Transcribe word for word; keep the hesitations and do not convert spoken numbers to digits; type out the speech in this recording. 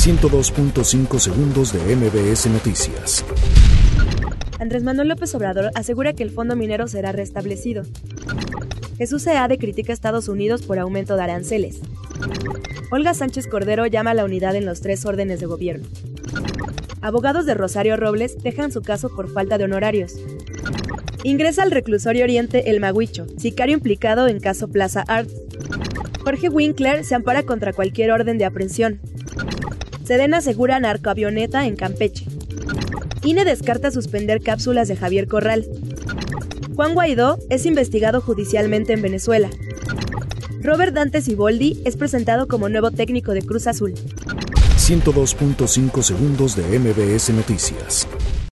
ciento dos punto cinco segundos de M B S Noticias. Andrés Manuel López Obrador asegura que el fondo minero será restablecido. Jesús Seade critica a Estados Unidos por aumento de aranceles. Olga Sánchez Cordero llama a la unidad en los tres órdenes de gobierno. Abogados de Rosario Robles dejan su caso por falta de honorarios. Ingresa al reclusorio Oriente El Maguicho, sicario implicado en caso Plaza Art. Jorge Winkler se ampara contra cualquier orden de aprehensión. Sedena asegura narcoavioneta en Campeche. I N E descarta suspender cápsulas de Javier Corral. Juan Guaidó es investigado judicialmente en Venezuela. Robert Dante Siboldi es presentado como nuevo técnico de Cruz Azul. ciento dos punto cinco segundos de M B S Noticias.